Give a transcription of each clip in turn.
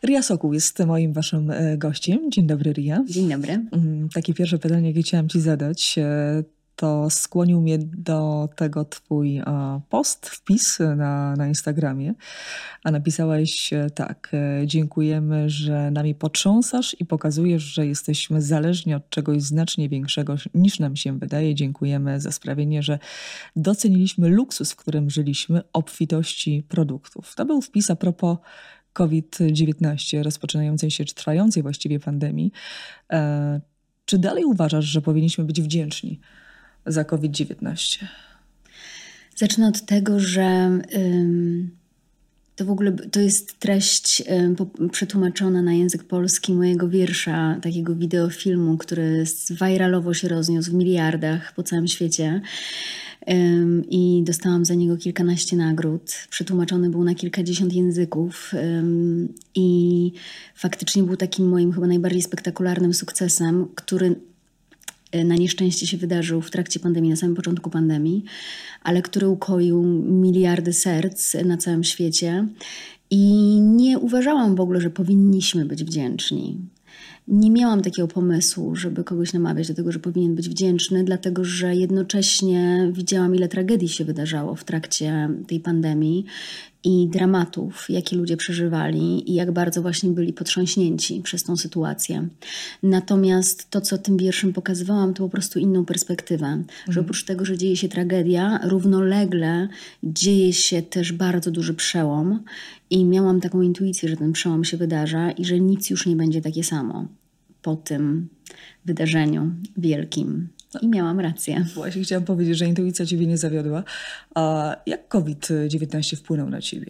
Ria Sokół jest moim waszym gościem. Dzień dobry, Ria. Dzień dobry. Takie pierwsze pytanie, jakie chciałam ci zadać, to skłonił mnie do tego twój wpis na Instagramie, a napisałaś tak: dziękujemy, że nami potrząsasz i pokazujesz, że jesteśmy zależni od czegoś znacznie większego niż nam się wydaje. Dziękujemy za sprawienie, że doceniliśmy luksus, w którym żyliśmy, obfitości produktów. To był wpis a propos COVID-19, rozpoczynającej się czy trwającej właściwie pandemii. Czy dalej uważasz, że powinniśmy być wdzięczni za COVID-19? Zacznę od tego, że to w ogóle to jest treść przetłumaczona na język polski mojego wiersza, takiego wideofilmu, który viralowo się rozniósł w miliardach po całym świecie. I dostałam za niego kilkanaście nagród. Przetłumaczony był na kilkadziesiąt języków i faktycznie był takim moim chyba najbardziej spektakularnym sukcesem, który na nieszczęście się wydarzył w trakcie pandemii, na samym początku pandemii, ale który ukoił miliardy serc na całym świecie i nie uważałam w ogóle, że powinniśmy być wdzięczni. Nie miałam takiego pomysłu, żeby kogoś namawiać do tego, że powinien być wdzięczny, dlatego że jednocześnie widziałam, ile tragedii się wydarzało w trakcie tej pandemii i dramatów, jakie ludzie przeżywali i jak bardzo właśnie byli potrząśnięci przez tą sytuację. Natomiast to, co tym wierszem pokazywałam, to po prostu inną perspektywę. Że oprócz tego, że dzieje się tragedia, równolegle dzieje się też bardzo duży przełom i miałam taką intuicję, że ten przełom się wydarza i że nic już nie będzie takie samo po tym wydarzeniu wielkim. I miałam rację. Właśnie chciałam powiedzieć, że intuicja ciebie nie zawiodła. A jak COVID-19 wpłynął na ciebie?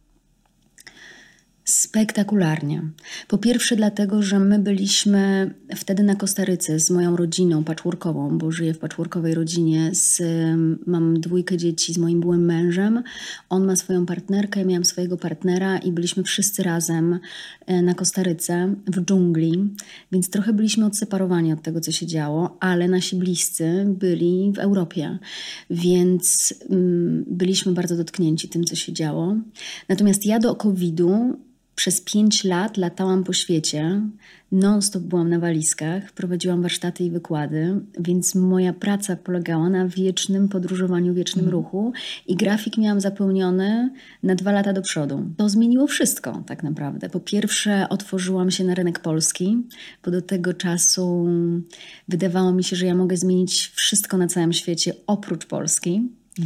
Spektakularnie. Po pierwsze dlatego, że my byliśmy wtedy na Kostaryce z moją rodziną patchworkową, bo żyję w patchworkowej rodzinie. Mam 2 dzieci z moim byłym mężem. On ma swoją partnerkę, ja miałam swojego partnera i byliśmy wszyscy razem na Kostaryce w dżungli, więc trochę byliśmy odseparowani od tego, co się działo, ale nasi bliscy byli w Europie, więc byliśmy bardzo dotknięci tym, co się działo. Natomiast ja do COVID-u przez 5 lat latałam po świecie, non-stop byłam na walizkach, prowadziłam warsztaty i wykłady, więc moja praca polegała na wiecznym podróżowaniu, wiecznym ruchu i grafik miałam zapełniony na 2 lata do przodu. To zmieniło wszystko tak naprawdę. Po pierwsze otworzyłam się na rynek polski, bo do tego czasu wydawało mi się, że ja mogę zmienić wszystko na całym świecie oprócz Polski.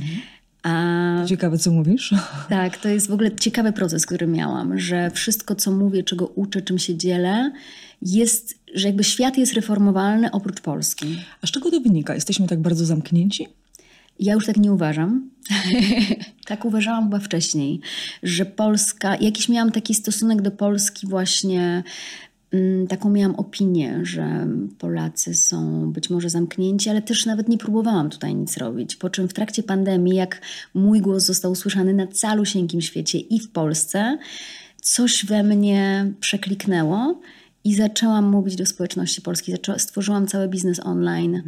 Ciekawe, co mówisz. Tak, to jest w ogóle ciekawy proces, który miałam, że wszystko, co mówię, czego uczę, czym się dzielę, jest, że jakby świat jest reformowalny oprócz Polski. A z czego to wynika? Jesteśmy tak bardzo zamknięci? Ja już tak nie uważam. Tak uważałam chyba wcześniej, że Polska, jakiś miałam taki stosunek do Polski właśnie. Taką miałam opinię, że Polacy są być może zamknięci, ale też nawet nie próbowałam tutaj nic robić. Po czym w trakcie pandemii, jak mój głos został usłyszany na calusieńkim świecie i w Polsce, coś we mnie przekliknęło i zaczęłam mówić do społeczności polskiej. Stworzyłam cały biznes online,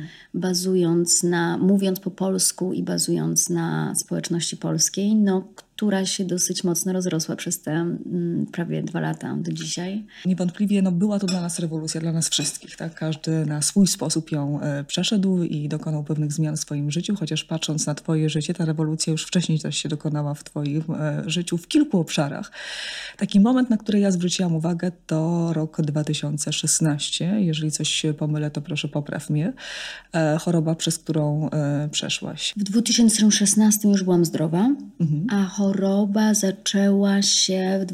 mówiąc po polsku i bazując na społeczności polskiej, która się dosyć mocno rozrosła przez te prawie 2 lata do dzisiaj. Niewątpliwie była to dla nas rewolucja, dla nas wszystkich. Tak? Każdy na swój sposób ją przeszedł i dokonał pewnych zmian w swoim życiu, chociaż patrząc na twoje życie, ta rewolucja już wcześniej też się dokonała w twoim życiu w kilku obszarach. Taki moment, na który ja zwróciłam uwagę, to rok 2016. Jeżeli coś pomylę, to proszę popraw mnie. Choroba, przez którą przeszłaś. W 2016 już byłam zdrowa, a choroba zaczęła się w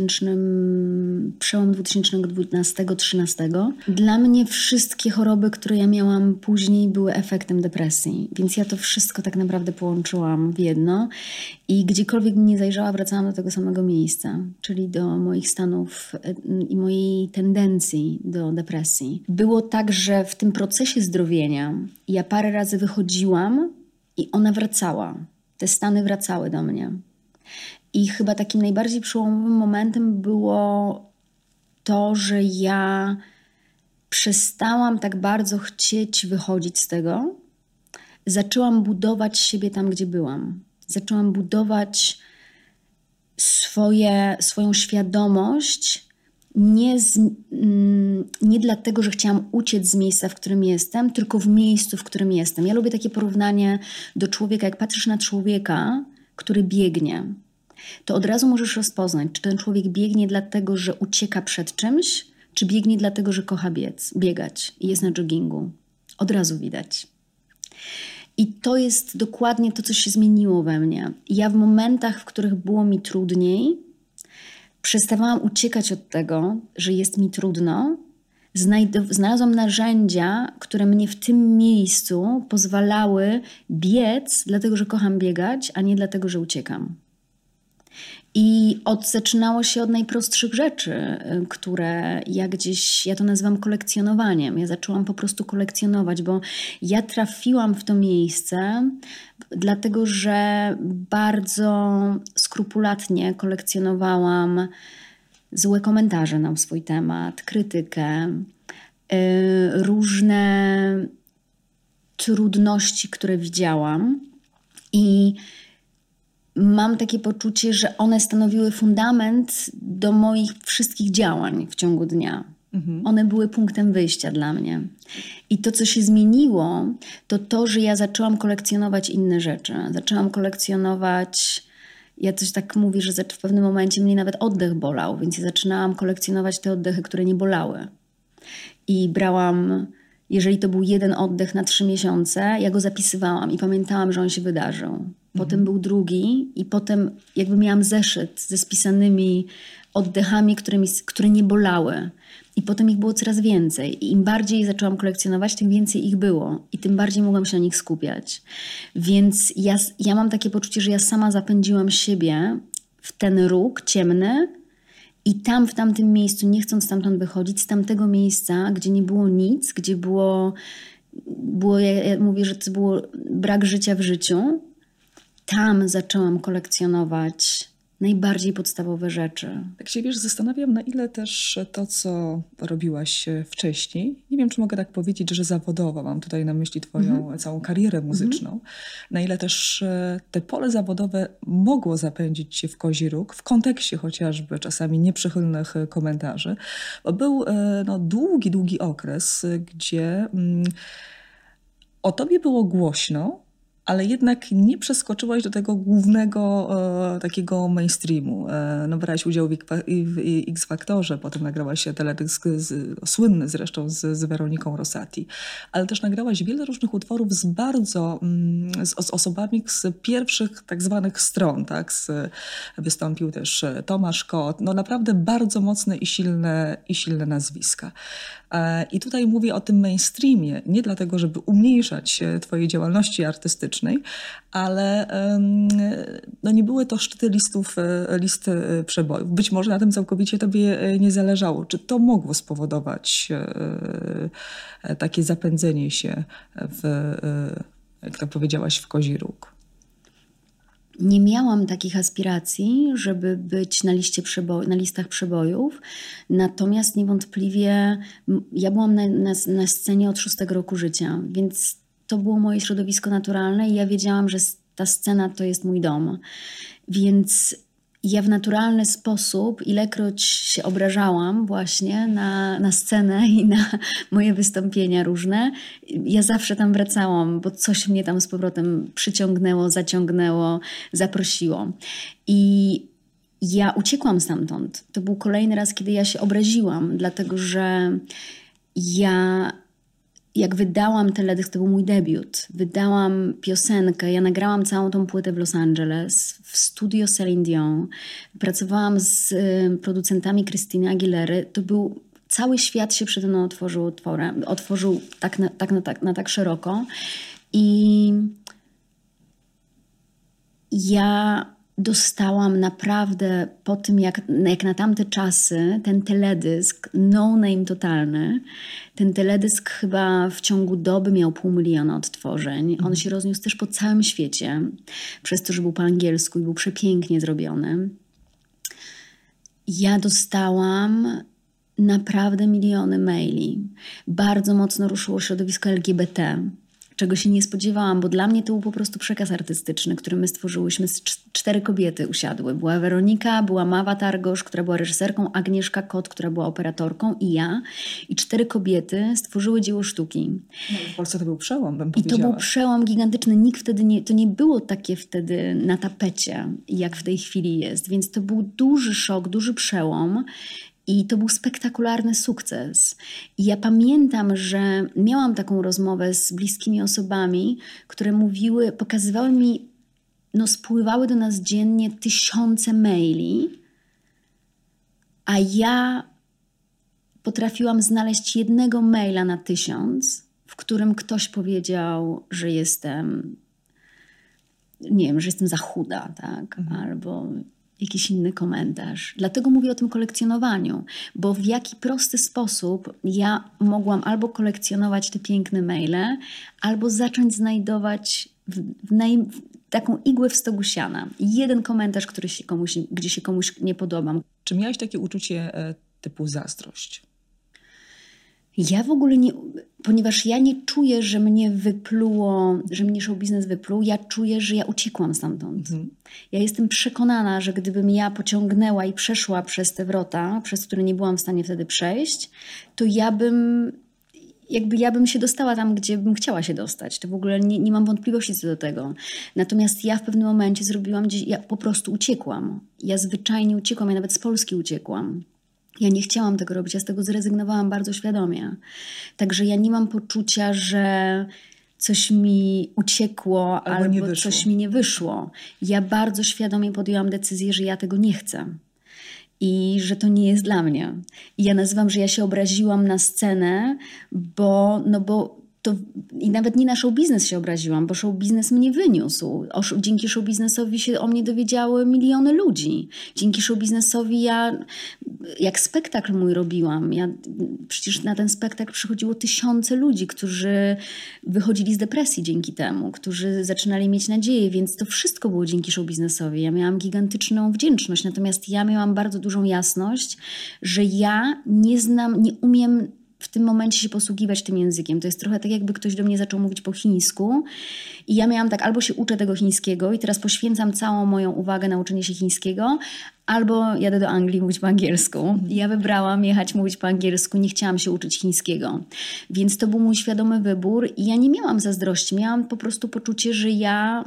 przełom 2012-2013. Dla mnie wszystkie choroby, które ja miałam później, były efektem depresji, więc ja to wszystko tak naprawdę połączyłam w jedno i gdziekolwiek mnie zajrzała, wracałam do tego samego miejsca, czyli do moich stanów i mojej tendencji do depresji. Było tak, że w tym procesie zdrowienia ja parę razy wychodziłam i ona wracała. Te stany wracały do mnie. I chyba takim najbardziej przełomowym momentem było to, że ja przestałam tak bardzo chcieć wychodzić z tego. Zaczęłam budować siebie tam, gdzie byłam. Zaczęłam budować swoją świadomość nie dlatego, że chciałam uciec z miejsca, w którym jestem, tylko w miejscu, w którym jestem. Ja lubię takie porównanie do człowieka. Jak patrzysz na człowieka, który biegnie, to od razu możesz rozpoznać, czy ten człowiek biegnie dlatego, że ucieka przed czymś, czy biegnie dlatego, że kocha biegać i jest na joggingu. Od razu widać. I to jest dokładnie to, co się zmieniło we mnie. Ja w momentach, w których było mi trudniej, przestawałam uciekać od tego, że jest mi trudno. Znalazłam narzędzia, które mnie w tym miejscu pozwalały biec, dlatego że kocham biegać, a nie dlatego, że uciekam. I zaczynało się od najprostszych rzeczy, które ja to nazywam kolekcjonowaniem. Ja zaczęłam po prostu kolekcjonować, bo ja trafiłam w to miejsce, dlatego że bardzo skrupulatnie kolekcjonowałam złe komentarze na swój temat, krytykę, różne trudności, które widziałam. I mam takie poczucie, że one stanowiły fundament do moich wszystkich działań w ciągu dnia. One były punktem wyjścia dla mnie. I to, co się zmieniło, to, że ja zaczęłam kolekcjonować inne rzeczy. Zaczęłam kolekcjonować... Ja coś tak mówię, że w pewnym momencie mnie nawet oddech bolał, więc ja zaczynałam kolekcjonować te oddechy, które nie bolały. I brałam... Jeżeli to był jeden oddech na 3 miesiące, ja go zapisywałam i pamiętałam, że on się wydarzył. Potem był drugi i potem jakby miałam zeszyt ze spisanymi oddechami, które nie bolały. I potem ich było coraz więcej. I im bardziej zaczęłam kolekcjonować, tym więcej ich było. I tym bardziej mogłam się na nich skupiać. Więc ja mam takie poczucie, że ja sama zapędziłam siebie w ten róg ciemny i tam, w tamtym miejscu, nie chcąc stamtąd wychodzić, z tamtego miejsca, gdzie nie było nic, gdzie było ja mówię, że to było brak życia w życiu, tam zaczęłam kolekcjonować najbardziej podstawowe rzeczy. Tak się, wiesz, zastanawiam, na ile też to, co robiłaś wcześniej, nie wiem, czy mogę tak powiedzieć, że zawodowo, mam tutaj na myśli twoją całą karierę muzyczną, na ile też te pole zawodowe mogło zapędzić cię w kozi róg, w kontekście chociażby czasami nieprzychylnych komentarzy, bo był długi okres, gdzie o tobie było głośno, ale jednak nie przeskoczyłaś do tego głównego takiego mainstreamu. Brałaś udział w X-Faktorze, potem nagrałaś teledysk słynny zresztą z Weroniką Rosati, ale też nagrałaś wiele różnych utworów z osobami z pierwszych tak zwanych stron. Tak? Wystąpił też Tomasz Kot. Naprawdę bardzo mocne i silne nazwiska. I tutaj mówię o tym mainstreamie, nie dlatego, żeby umniejszać twojej działalności artystycznej, ale nie były to szczyty list przebojów. Być może na tym całkowicie tobie nie zależało. Czy to mogło spowodować takie zapędzenie się jak to powiedziałaś, w kozi róg? Nie miałam takich aspiracji, żeby być na listach przebojów, natomiast niewątpliwie ja byłam na scenie od 6 roku życia, więc to było moje środowisko naturalne i ja wiedziałam, że ta scena to jest mój dom. Więc ja w naturalny sposób, ilekroć się obrażałam właśnie na scenę i na moje wystąpienia różne, ja zawsze tam wracałam, bo coś mnie tam z powrotem przyciągnęło, zaciągnęło, zaprosiło. I ja uciekłam stamtąd. To był kolejny raz, kiedy ja się obraziłam, dlatego że jak wydałam teledysk, to był mój debiut. Wydałam piosenkę, ja nagrałam całą tą płytę w Los Angeles, w studio Celine Dion. Pracowałam z producentami Christiny Aguilery. To był... Cały świat się przede mną otworzył tak szeroko. I ja dostałam naprawdę po tym, jak na tamte czasy, ten teledysk, no name totalny, ten teledysk chyba w ciągu doby miał 500 000 odtworzeń. On się rozniósł też po całym świecie, przez to, że był po angielsku i był przepięknie zrobiony. Ja dostałam naprawdę miliony maili. Bardzo mocno ruszyło środowisko LGBT. czego się nie spodziewałam, bo dla mnie to był po prostu przekaz artystyczny, który my stworzyłyśmy. 4 kobiety usiadły. Była Weronika, była Mawa Targosz, która była reżyserką, Agnieszka Kot, która była operatorką i ja. I 4 kobiety stworzyły dzieło sztuki. No, w Polsce to był przełom, bym I powiedziała. to był przełom gigantyczny. Nikt wtedy to nie było takie wtedy na tapecie, jak w tej chwili jest. Więc to był duży szok, duży przełom. I to był spektakularny sukces. I ja pamiętam, że miałam taką rozmowę z bliskimi osobami, które mówiły, pokazywały mi, spływały do nas dziennie tysiące maili, a ja potrafiłam znaleźć jednego maila na 1000, w którym ktoś powiedział, że jestem, nie wiem, że jestem za chuda, tak? Albo jakiś inny komentarz. Dlatego mówię o tym kolekcjonowaniu, bo w jaki prosty sposób ja mogłam albo kolekcjonować te piękne maile, albo zacząć znajdować taką igłę w stogu siana. Jeden komentarz, gdzie się komuś nie podobam. Czy miałaś takie uczucie typu zazdrość? Ja w ogóle nie, ponieważ ja nie czuję, że mnie wypluło, że mnie show biznes wypluł, ja czuję, że ja uciekłam stamtąd. Ja jestem przekonana, że gdybym ja pociągnęła i przeszła przez te wrota, przez które nie byłam w stanie wtedy przejść, to ja bym się dostała tam, gdzie bym chciała się dostać. To w ogóle nie mam wątpliwości co do tego. Natomiast ja w pewnym momencie ja po prostu uciekłam. Ja zwyczajnie uciekłam, ja nawet z Polski uciekłam. Ja nie chciałam tego robić, ja z tego zrezygnowałam bardzo świadomie. Także ja nie mam poczucia, że coś mi uciekło albo coś mi nie wyszło. Ja bardzo świadomie podjęłam decyzję, że ja tego nie chcę. I że to nie jest dla mnie. I ja nazywam, że ja się obraziłam na scenę, bo i nawet nie na show biznes się obraziłam, bo show biznes mnie wyniósł. Dzięki show biznesowi się o mnie dowiedziały miliony ludzi. Dzięki show biznesowi jak spektakl mój robiłam, przecież na ten spektakl przychodziło tysiące ludzi, którzy wychodzili z depresji dzięki temu, którzy zaczynali mieć nadzieję, więc to wszystko było dzięki show biznesowi. Ja miałam gigantyczną wdzięczność, natomiast ja miałam bardzo dużą jasność, że ja nie umiem w tym momencie się posługiwać tym językiem. To jest trochę tak, jakby ktoś do mnie zaczął mówić po chińsku i ja miałam tak, albo się uczę tego chińskiego i teraz poświęcam całą moją uwagę na uczenie się chińskiego, albo jadę do Anglii mówić po angielsku. I ja wybrałam jechać mówić po angielsku, nie chciałam się uczyć chińskiego. Więc to był mój świadomy wybór i ja nie miałam zazdrości, miałam po prostu poczucie, że ja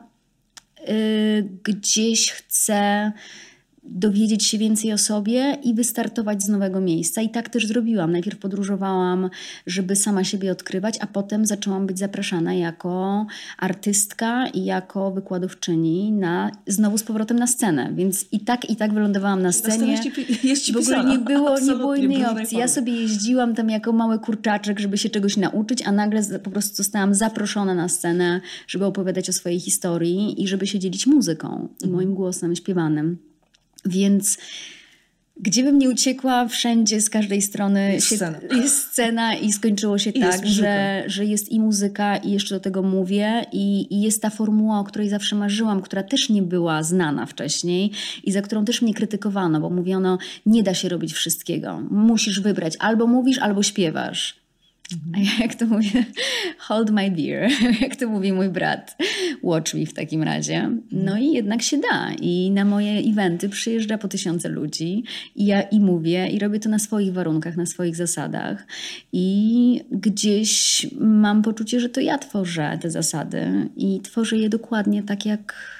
gdzieś chcę dowiedzieć się więcej o sobie i wystartować z nowego miejsca. I tak też zrobiłam. Najpierw podróżowałam, żeby sama siebie odkrywać, a potem zaczęłam być zapraszana jako artystka i jako wykładowczyni znowu z powrotem na scenę. Więc i tak wylądowałam na scenie. Jest ci w ogóle nie było innej opcji. Formy. Ja sobie jeździłam tam jako mały kurczaczek, żeby się czegoś nauczyć, a nagle po prostu zostałam zaproszona na scenę, żeby opowiadać o swojej historii i żeby się dzielić muzyką i moim głosem śpiewanym. Więc gdzie bym nie uciekła, wszędzie z każdej strony jest scena i skończyło się tak, że jest i muzyka i jeszcze do tego mówię i jest ta formuła, o której zawsze marzyłam, która też nie była znana wcześniej i za którą też mnie krytykowano, bo mówiono, nie da się robić wszystkiego, musisz wybrać, albo mówisz, albo śpiewasz. A ja jak to mówię, hold my beer, jak to mówi mój brat, watch me w takim razie. No i jednak się da i na moje eventy przyjeżdża po 1000 ludzi i ja mówię i robię to na swoich warunkach, na swoich zasadach i gdzieś mam poczucie, że to ja tworzę te zasady i tworzę je dokładnie tak jak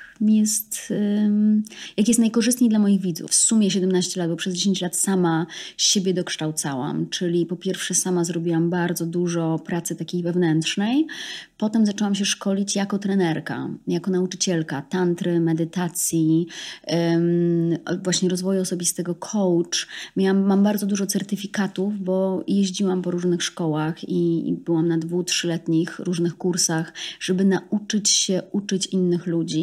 jest najkorzystniej dla moich widzów. W sumie 17 lat, bo przez 10 lat sama siebie dokształcałam, czyli po pierwsze sama zrobiłam bardzo dużo pracy takiej wewnętrznej, potem zaczęłam się szkolić jako trenerka, jako nauczycielka tantry, medytacji, właśnie rozwoju osobistego, coach. Mam bardzo dużo certyfikatów, bo jeździłam po różnych szkołach i byłam na 2-3-letnich różnych kursach, żeby nauczyć się uczyć innych ludzi.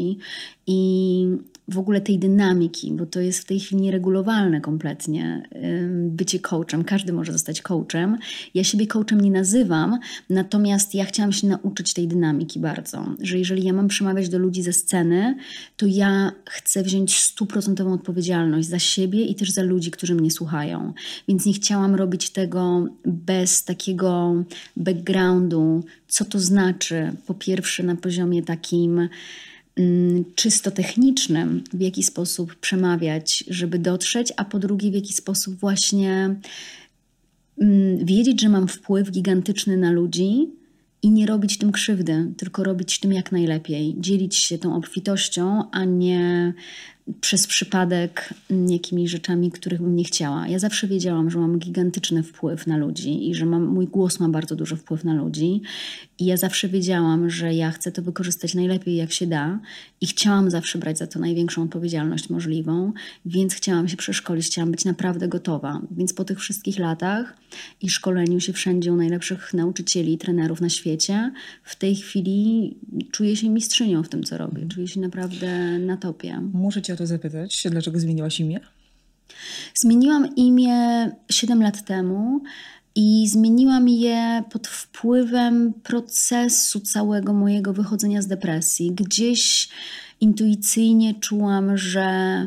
i w ogóle tej dynamiki, bo to jest w tej chwili nieregulowalne kompletnie bycie coachem. Każdy może zostać coachem. Ja siebie coachem nie nazywam, natomiast ja chciałam się nauczyć tej dynamiki bardzo, że jeżeli ja mam przemawiać do ludzi ze sceny, to ja chcę wziąć 100% odpowiedzialność za siebie i też za ludzi, którzy mnie słuchają. Więc nie chciałam robić tego bez takiego backgroundu, co to znaczy, po pierwsze na poziomie takim czysto technicznym, w jaki sposób przemawiać, żeby dotrzeć, a po drugie w jaki sposób właśnie wiedzieć, że mam wpływ gigantyczny na ludzi i nie robić tym krzywdy, tylko robić tym jak najlepiej. Dzielić się tą obfitością, a nie przez przypadek jakimiś rzeczami, których bym nie chciała. Ja zawsze wiedziałam, że mam gigantyczny wpływ na ludzi i że mój głos ma bardzo duży wpływ na ludzi. I ja zawsze wiedziałam, że ja chcę to wykorzystać najlepiej jak się da i chciałam zawsze brać za to największą odpowiedzialność możliwą, więc chciałam się przeszkolić, chciałam być naprawdę gotowa. Więc po tych wszystkich latach i szkoleniu się wszędzie u najlepszych nauczycieli, trenerów na świecie, w tej chwili czuję się mistrzynią w tym, co robię. Czuję się naprawdę na topie. Muszę cię o to zapytać, dlaczego zmieniłaś imię? Zmieniłam imię 7 lat temu i zmieniłam je pod wpływem procesu całego mojego wychodzenia z depresji. Gdzieś intuicyjnie czułam, że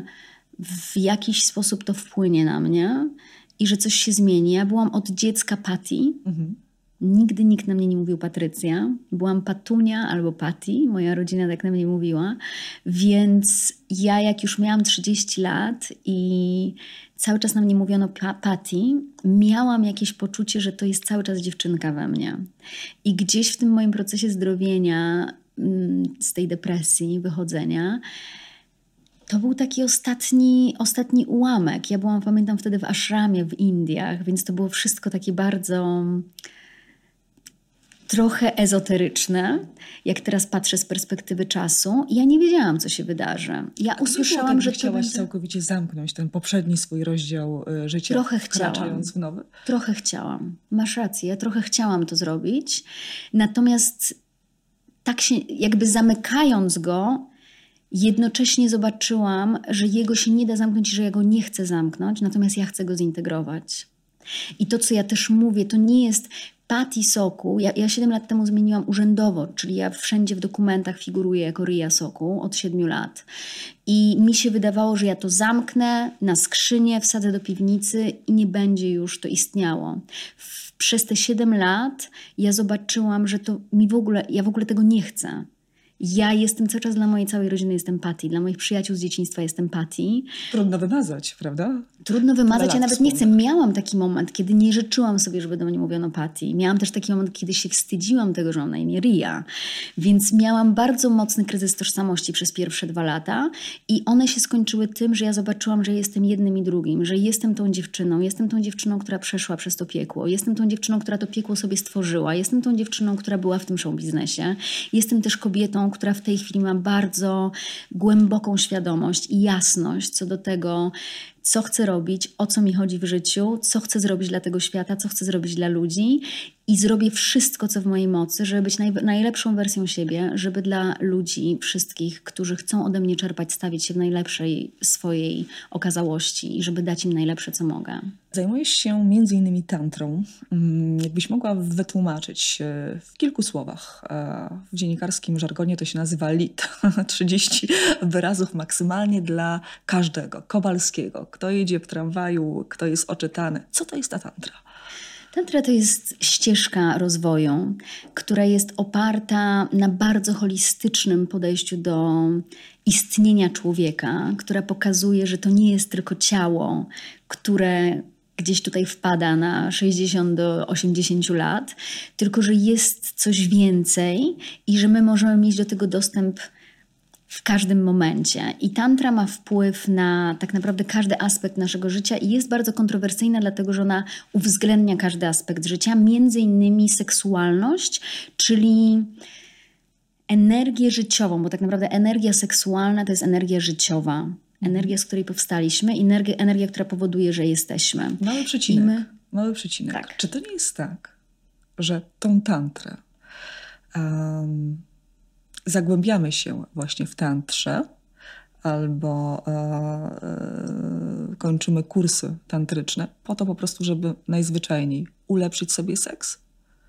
w jakiś sposób to wpłynie na mnie i że coś się zmieni. Ja byłam od dziecka Patty. Nigdy nikt na mnie nie mówił Patrycja. Byłam Patunia albo Patty. Moja rodzina tak na mnie mówiła. Więc ja jak już miałam 30 lat i cały czas na mnie mówiono Patty, miałam jakieś poczucie, że to jest cały czas dziewczynka we mnie. I gdzieś w tym moim procesie zdrowienia z tej depresji, wychodzenia, to był taki ostatni ułamek. Ja byłam, pamiętam, wtedy w ashramie w Indiach, więc to było wszystko takie bardzo trochę ezoteryczne, jak teraz patrzę z perspektywy czasu. Ja nie wiedziałam, co się wydarzy. Ja usłyszałam, że chciałaś całkowicie zamknąć ten poprzedni swój rozdział życia, trochę wkraczając w nowy? Trochę chciałam. Masz rację, ja trochę chciałam to zrobić. Natomiast tak się jakby zamykając go, jednocześnie zobaczyłam, że jego się nie da zamknąć i że ja go nie chcę zamknąć, natomiast ja chcę go zintegrować. I to, co ja też mówię, to nie jest Patty Soku. Ja 7 lat temu zmieniłam urzędowo, czyli ja wszędzie w dokumentach figuruję jako Ria Soku od 7 lat. I mi się wydawało, że ja to zamknę na skrzynię, wsadzę do piwnicy i nie będzie już to istniało. Przez te 7 lat ja zobaczyłam, że ja w ogóle tego nie chcę. Ja jestem cały czas dla mojej całej rodziny, jestem Patty. Dla moich przyjaciół z dzieciństwa jestem Patty. Trudno wymazać, prawda? Trudno wymazać, ja nawet nie chcę. Miałam taki moment, kiedy nie życzyłam sobie, żeby do mnie mówiono Patty. Miałam też taki moment, kiedy się wstydziłam tego, że mam na imię Ria. Więc miałam bardzo mocny kryzys tożsamości przez pierwsze 2 lata i one się skończyły tym, że ja zobaczyłam, że jestem jednym i drugim, że jestem tą dziewczyną, która przeszła przez to piekło. Jestem tą dziewczyną, która to piekło sobie stworzyła. Jestem tą dziewczyną, która była w tym show biznesie. Jestem też kobietą, która w tej chwili ma bardzo głęboką świadomość i jasność co do tego, co chcę robić, o co mi chodzi w życiu, co chcę zrobić dla tego świata, co chcę zrobić dla ludzi i zrobię wszystko, co w mojej mocy, żeby być najlepszą wersją siebie, żeby dla ludzi wszystkich, którzy chcą ode mnie czerpać, stawić się w najlepszej swojej okazałości i żeby dać im najlepsze, co mogę. Zajmujesz się między innymi tantrą. Jakbyś mogła wytłumaczyć w kilku słowach. W dziennikarskim żargonie to się nazywa LIT. 30 wyrazów maksymalnie dla każdego. Kowalskiego. Kto jedzie w tramwaju, kto jest oczytany. Co to jest ta tantra? Tantra to jest ścieżka rozwoju, która jest oparta na bardzo holistycznym podejściu do istnienia człowieka, która pokazuje, że to nie jest tylko ciało, które gdzieś tutaj wpada na 60 do 80 lat, tylko że jest coś więcej i że my możemy mieć do tego dostęp w każdym momencie. I tantra ma wpływ na tak naprawdę każdy aspekt naszego życia i jest bardzo kontrowersyjna, dlatego że ona uwzględnia każdy aspekt życia, między innymi seksualność, czyli energię życiową, bo tak naprawdę energia seksualna to jest energia życiowa. Energia, z której powstaliśmy, energia, która powoduje, że jesteśmy. Mały przecinek. Tak. Czy to nie jest tak, że tą tantrę zagłębiamy się właśnie w tantrze albo kończymy kursy tantryczne po to po prostu, żeby najzwyczajniej ulepszyć sobie seks?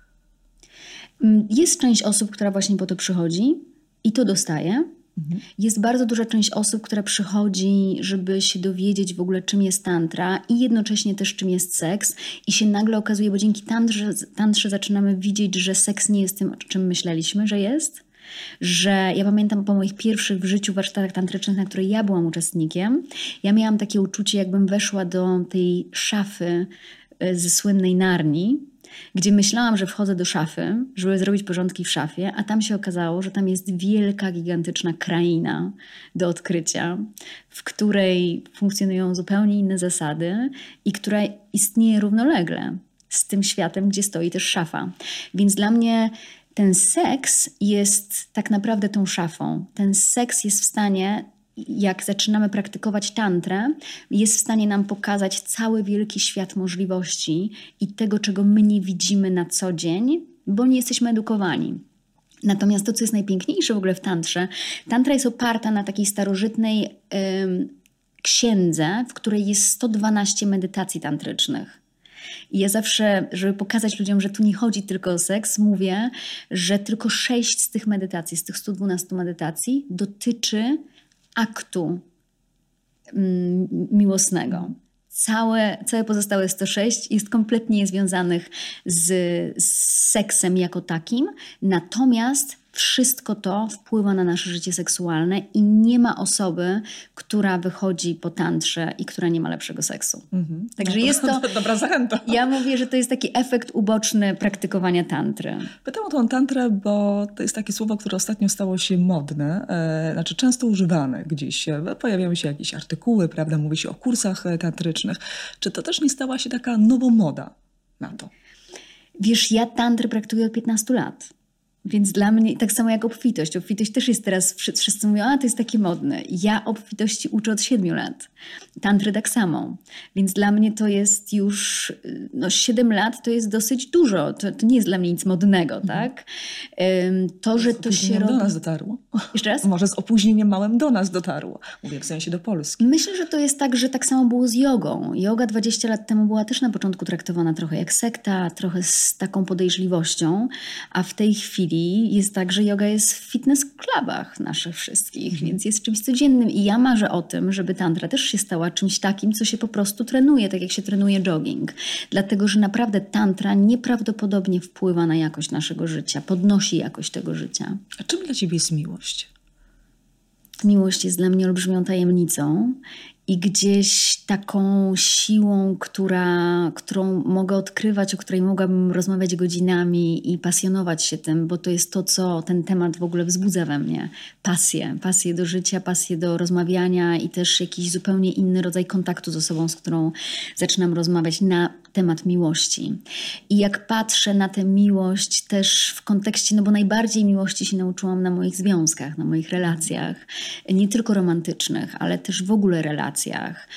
Jest część osób, która właśnie po to przychodzi i to dostaje. Jest bardzo duża część osób, która przychodzi, żeby się dowiedzieć w ogóle, czym jest tantra i jednocześnie też czym jest seks. I się nagle okazuje, bo dzięki tantrze zaczynamy widzieć, że seks nie jest tym, czym myśleliśmy, że jest. Że ja pamiętam po moich pierwszych w życiu warsztatach tantrycznych, na której ja byłam uczestnikiem, ja miałam takie uczucie, jakbym weszła do tej szafy ze słynnej Narni, gdzie myślałam, że wchodzę do szafy, żeby zrobić porządki w szafie, a tam się okazało, że tam jest wielka, gigantyczna kraina do odkrycia, w której funkcjonują zupełnie inne zasady i która istnieje równolegle z tym światem, gdzie stoi też szafa. Więc dla mnie ten seks jest tak naprawdę tą szafą. Ten seks jest w stanie, jak zaczynamy praktykować tantrę, jest w stanie nam pokazać cały wielki świat możliwości i tego, czego my nie widzimy na co dzień, bo nie jesteśmy edukowani. Natomiast to, co jest najpiękniejsze w ogóle w tantrze, tantra jest oparta na takiej starożytnej księdze, w której jest 112 medytacji tantrycznych. I ja zawsze, żeby pokazać ludziom, że tu nie chodzi tylko o seks, mówię, że tylko 6 z tych medytacji, z tych 112 medytacji dotyczy aktu miłosnego. Całe pozostałe 106 jest kompletnie niezwiązanych z seksem jako takim, natomiast wszystko to wpływa na nasze życie seksualne i nie ma osoby, która wychodzi po tantrze i która nie ma lepszego seksu. Także jest to... Dobra zachęta. Ja mówię, że to jest taki efekt uboczny praktykowania tantry. Pytam o tą tantrę, bo to jest takie słowo, które ostatnio stało się modne, znaczy często używane gdzieś. Pojawiały się jakieś artykuły, prawda, mówi się o kursach tantrycznych. Czy to też nie stała się taka nowomoda na to? Wiesz, ja tantry praktykuję od 15 lat. Więc dla mnie, tak samo jak obfitość. Obfitość też jest teraz, wszyscy mówią, to jest takie modne. Ja obfitości uczę od 7 lat. Tantry tak samo. Więc dla mnie to jest już, 7 lat to jest dosyć dużo. To nie jest dla mnie nic modnego, tak? To, że to się robi... do nas dotarło. Jeszcze raz? Może z opóźnieniem małym do nas dotarło. Mówię w sensie do Polski. Myślę, że to jest tak, że tak samo było z jogą. Joga 20 lat temu była też na początku traktowana trochę jak sekta, trochę z taką podejrzliwością, a w tej chwili jest tak, że joga jest w fitness clubach naszych wszystkich, więc jest czymś codziennym i ja marzę o tym, żeby tantra też się stała czymś takim, co się po prostu trenuje, tak jak się trenuje jogging. Dlatego, że naprawdę tantra nieprawdopodobnie wpływa na jakość naszego życia, podnosi jakość tego życia. A czym dla ciebie jest miłość? Miłość jest dla mnie olbrzymią tajemnicą i gdzieś taką siłą, którą mogę odkrywać, o której mogłabym rozmawiać godzinami i pasjonować się tym, bo to jest to, co ten temat w ogóle wzbudza we mnie. Pasję do życia, pasję do rozmawiania i też jakiś zupełnie inny rodzaj kontaktu z osobą, z którą zaczynam rozmawiać na temat miłości. I jak patrzę na tę miłość też w kontekście, bo najbardziej miłości się nauczyłam na moich związkach, na moich relacjach, nie tylko romantycznych, ale też w ogóle relacjach,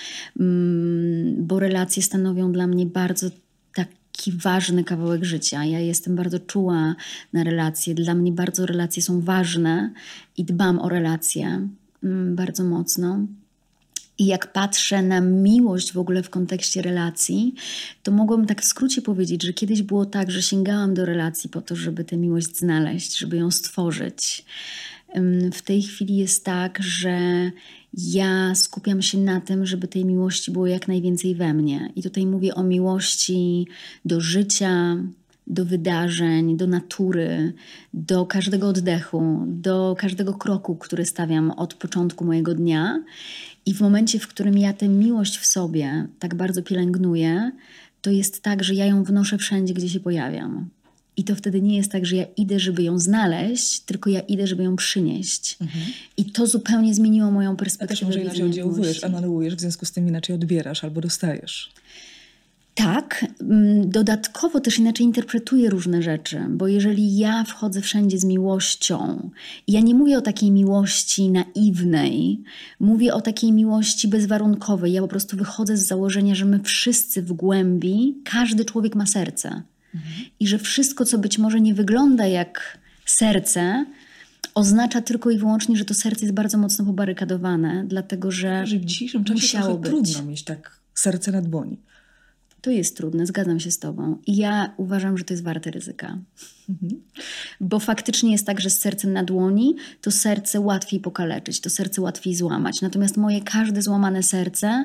bo relacje stanowią dla mnie bardzo taki ważny kawałek życia. Ja jestem bardzo czuła na relacje. Dla mnie bardzo relacje są ważne i dbam o relacje bardzo mocno. I jak patrzę na miłość w ogóle w kontekście relacji, to mogłam tak w skrócie powiedzieć, że kiedyś było tak, że sięgałam do relacji po to, żeby tę miłość znaleźć, żeby ją stworzyć. W tej chwili jest tak, że ja skupiam się na tym, żeby tej miłości było jak najwięcej we mnie. I tutaj mówię o miłości do życia, do wydarzeń, do natury, do każdego oddechu, do każdego kroku, który stawiam od początku mojego dnia. I w momencie, w którym ja tę miłość w sobie tak bardzo pielęgnuję, to jest tak, że ja ją wnoszę wszędzie, gdzie się pojawiam. I to wtedy nie jest tak, że ja idę, żeby ją znaleźć, tylko ja idę, żeby ją przynieść. I to zupełnie zmieniło moją perspektywę. A też może inaczej oddziałujesz, emanuujesz, w związku z tym inaczej odbierasz albo dostajesz. Tak, dodatkowo też inaczej interpretuję różne rzeczy, bo jeżeli ja wchodzę wszędzie z miłością, ja nie mówię o takiej miłości naiwnej, mówię o takiej miłości bezwarunkowej. Ja po prostu wychodzę z założenia, że my wszyscy w głębi, każdy człowiek ma serce. I że wszystko, co być może nie wygląda jak serce, oznacza tylko i wyłącznie, że to serce jest bardzo mocno pobarykadowane, dlatego że w dzisiejszym czasie musiało trochę być. trudno mieć tak serce na dłoni. To jest trudne, zgadzam się z tobą. I ja uważam, że to jest warte ryzyka. Bo faktycznie jest tak, że z sercem na dłoni to serce łatwiej pokaleczyć, to serce łatwiej złamać. Natomiast moje każde złamane serce,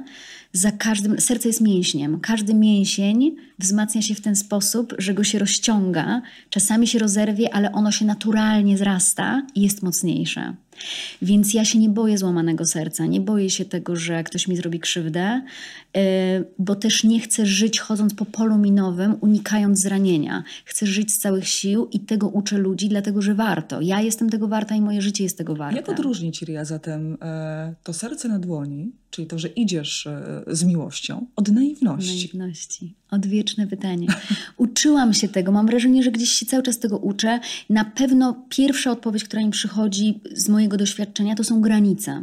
serce jest mięśniem. Każdy mięsień wzmacnia się w ten sposób, że go się rozciąga. Czasami się rozerwie, ale ono się naturalnie zrasta i jest mocniejsze. Więc ja się nie boję złamanego serca, nie boję się tego, że ktoś mi zrobi krzywdę, bo też nie chcę żyć chodząc po polu minowym, unikając zranienia. Chcę żyć z całych sił i tego uczę ludzi, dlatego że warto. Ja jestem tego warta i moje życie jest tego warte. Jak odróżnić, Iria, zatem to serce na dłoni, czyli to, że idziesz z miłością, od naiwności? Naiwności. Odwieczne pytanie. Uczyłam się tego. Mam wrażenie, że gdzieś się cały czas tego uczę. Na pewno pierwsza odpowiedź, która mi przychodzi z mojego doświadczenia, to są granice.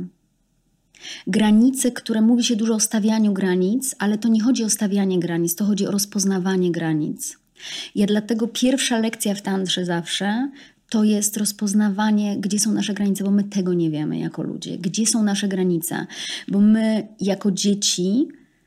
Granice, które mówi się dużo o stawianiu granic, ale to nie chodzi o stawianie granic, to chodzi o rozpoznawanie granic. Ja dlatego pierwsza lekcja w tantrze zawsze to jest rozpoznawanie, gdzie są nasze granice, bo my tego nie wiemy jako ludzie. Gdzie są nasze granice? Bo my jako dzieci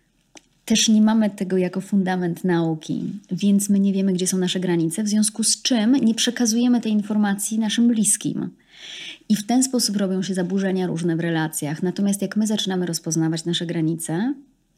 też nie mamy tego jako fundament nauki, więc my nie wiemy, gdzie są nasze granice, w związku z czym nie przekazujemy tej informacji naszym bliskim. I w ten sposób robią się zaburzenia różne w relacjach. Natomiast jak my zaczynamy rozpoznawać nasze granice,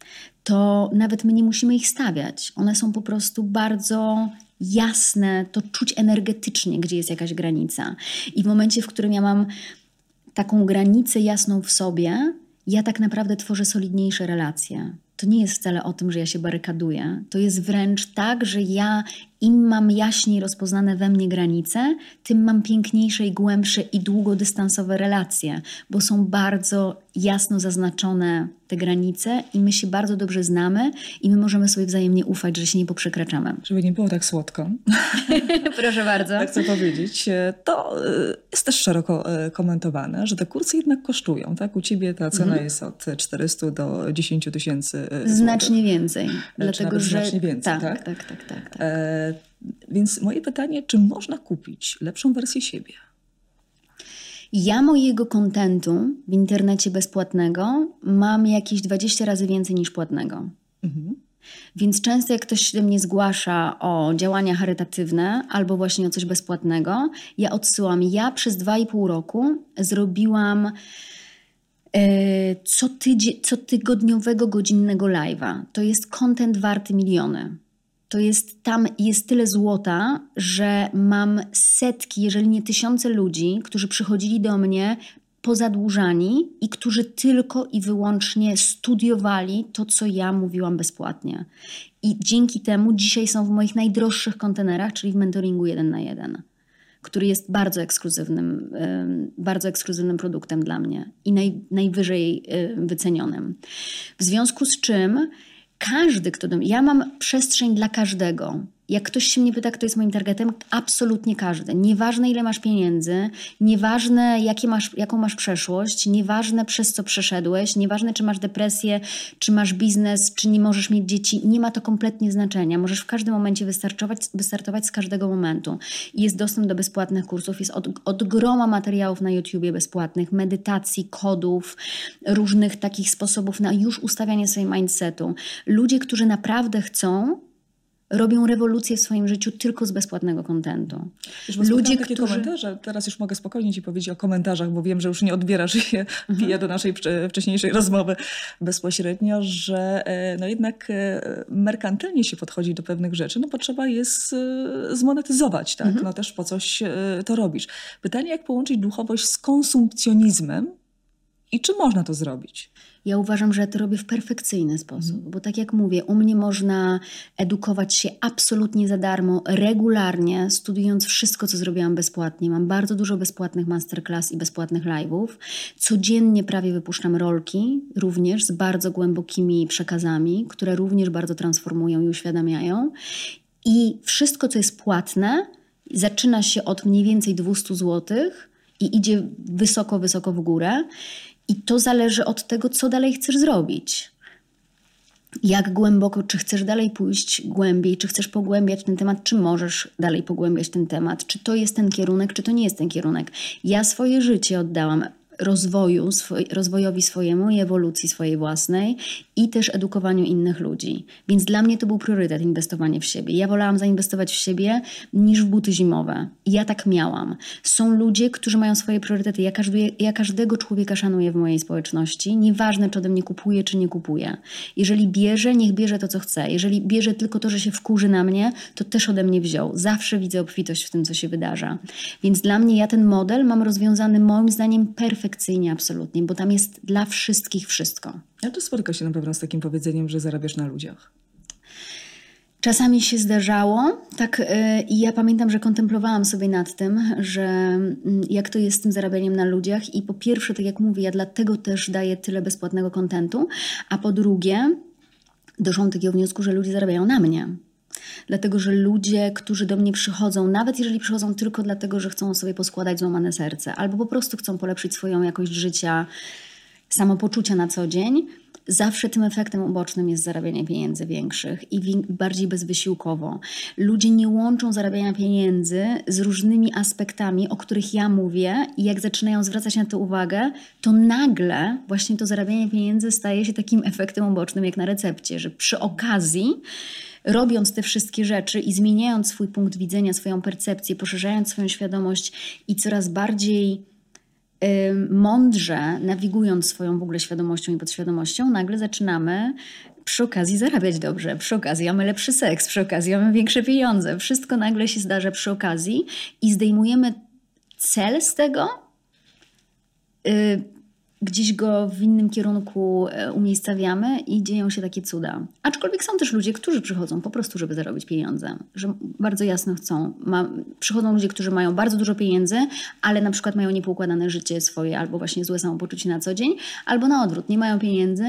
to nawet my nie musimy ich stawiać. One są po prostu bardzo jasne, to czuć energetycznie, gdzie jest jakaś granica. I w momencie, w którym ja mam taką granicę jasną w sobie, ja tak naprawdę tworzę solidniejsze relacje. To nie jest wcale o tym, że ja się barykaduję. To jest wręcz tak, że ja im mam jaśniej rozpoznane we mnie granice, tym mam piękniejsze i głębsze i długodystansowe relacje, bo są bardzo jasno zaznaczone te granice i my się bardzo dobrze znamy i my możemy sobie wzajemnie ufać, że się nie poprzekraczamy. Żeby nie było tak słodko. Proszę bardzo. Tak chcę powiedzieć. To jest też szeroko komentowane, że te kursy jednak kosztują. Tak? U ciebie ta cena jest od 400 do 10 tysięcy złotych. Znacznie więcej. Dlatego, że znacznie więcej, tak? Tak. Więc moje pytanie, czy można kupić lepszą wersję siebie? Ja mojego kontentu w internecie bezpłatnego mam jakieś 20 razy więcej niż płatnego. Więc często jak ktoś się do mnie zgłasza o działania charytatywne albo właśnie o coś bezpłatnego, ja odsyłam. Ja przez 2,5 roku zrobiłam cotygodniowego godzinnego live'a. To jest content warty miliony. Tam jest tyle złota, że mam setki, jeżeli nie tysiące ludzi, którzy przychodzili do mnie pozadłużani i którzy tylko i wyłącznie studiowali to, co ja mówiłam bezpłatnie. I dzięki temu dzisiaj są w moich najdroższych kontenerach, czyli w mentoringu 1 na 1, który jest bardzo ekskluzywnym produktem dla mnie i najwyżej wycenionym. W związku z czym ja mam przestrzeń dla każdego. Jak ktoś się mnie pyta, kto jest moim targetem, absolutnie każdy. Nieważne, ile masz pieniędzy, nieważne, jaką masz przeszłość, nieważne, przez co przeszedłeś, nieważne, czy masz depresję, czy masz biznes, czy nie możesz mieć dzieci, nie ma to kompletnie znaczenia. Możesz w każdym momencie wystartować z każdego momentu. Jest dostęp do bezpłatnych kursów, jest od groma materiałów na YouTubie bezpłatnych, medytacji, kodów, różnych takich sposobów na już ustawianie swojego mindsetu. Ludzie, którzy naprawdę chcą, robią rewolucję w swoim życiu tylko z bezpłatnego kontentu. Ludzie, takie komentarze, teraz już mogę spokojnie ci powiedzieć o komentarzach, bo wiem, że już nie odbierasz je, piję do naszej wcześniejszej rozmowy bezpośrednio, że no jednak merkantylnie się podchodzi do pewnych rzeczy, no bo trzeba je zmonetyzować, tak? No też po coś to robisz. Pytanie, jak połączyć duchowość z konsumpcjonizmem i czy można to zrobić? Ja uważam, że to robię w perfekcyjny sposób, bo tak jak mówię, u mnie można edukować się absolutnie za darmo, regularnie, studiując wszystko, co zrobiłam bezpłatnie. Mam bardzo dużo bezpłatnych masterclass i bezpłatnych live'ów. Codziennie prawie wypuszczam rolki, również z bardzo głębokimi przekazami, które również bardzo transformują i uświadamiają. I wszystko, co jest płatne, zaczyna się od mniej więcej 200 zł i idzie wysoko, wysoko w górę. I to zależy od tego, co dalej chcesz zrobić. jak głęboko, czy chcesz dalej pójść głębiej, czy chcesz pogłębiać ten temat, czy możesz dalej pogłębiać ten temat, czy to jest ten kierunek, czy to nie jest ten kierunek. Ja swoje życie oddałam rozwojowi swojemu i ewolucji swojej własnej i też edukowaniu innych ludzi. Więc dla mnie to był priorytet, inwestowanie w siebie. Ja wolałam zainwestować w siebie niż w buty zimowe. I ja tak miałam. Są ludzie, którzy mają swoje priorytety. Ja każdego człowieka szanuję w mojej społeczności. Nieważne, czy ode mnie kupuje, czy nie kupuje. Jeżeli bierze, niech bierze to, co chce. Jeżeli bierze tylko to, że się wkurzy na mnie, to też ode mnie wziął. Zawsze widzę obfitość w tym, co się wydarza. Więc dla mnie ja ten model mam rozwiązany moim zdaniem perfekcyjnie, absolutnie, bo tam jest dla wszystkich wszystko. Ale to spotyka się na pewno z takim powiedzeniem, że zarabiasz na ludziach. Czasami się zdarzało, tak, i ja pamiętam, że kontemplowałam sobie nad tym, że jak to jest z tym zarabianiem na ludziach i po pierwsze, tak jak mówię, ja dlatego też daję tyle bezpłatnego kontentu, a po drugie doszłam do takiego wniosku, że ludzie zarabiają na mnie. Dlatego, że ludzie, którzy do mnie przychodzą, nawet jeżeli przychodzą tylko dlatego, że chcą sobie poskładać złamane serce albo po prostu chcą polepszyć swoją jakość życia, samopoczucia na co dzień, zawsze tym efektem ubocznym jest zarabianie pieniędzy większych i bardziej bezwysiłkowo. Ludzie nie łączą zarabiania pieniędzy z różnymi aspektami, o których ja mówię i jak zaczynają zwracać na to uwagę, to nagle właśnie to zarabianie pieniędzy staje się takim efektem ubocznym jak na recepcie, że przy okazji robiąc te wszystkie rzeczy i zmieniając swój punkt widzenia, swoją percepcję, poszerzając swoją świadomość i coraz bardziej mądrze nawigując swoją w ogóle świadomością i podświadomością, nagle zaczynamy przy okazji zarabiać dobrze, przy okazji mamy lepszy seks, przy okazji mamy większe pieniądze. Wszystko nagle się zdarza przy okazji i zdejmujemy cel z tego, gdzieś go w innym kierunku umiejscawiamy i dzieją się takie cuda. Aczkolwiek są też ludzie, którzy przychodzą po prostu, żeby zarobić pieniądze. Że bardzo jasno chcą. Przychodzą ludzie, którzy mają bardzo dużo pieniędzy, ale na przykład mają niepoukładane życie swoje albo właśnie złe samopoczucie na co dzień, albo na odwrót, nie mają pieniędzy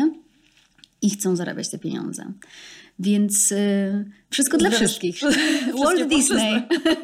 i chcą zarabiać te pieniądze. Więc wszystko dla wszystkich. Walt Disney.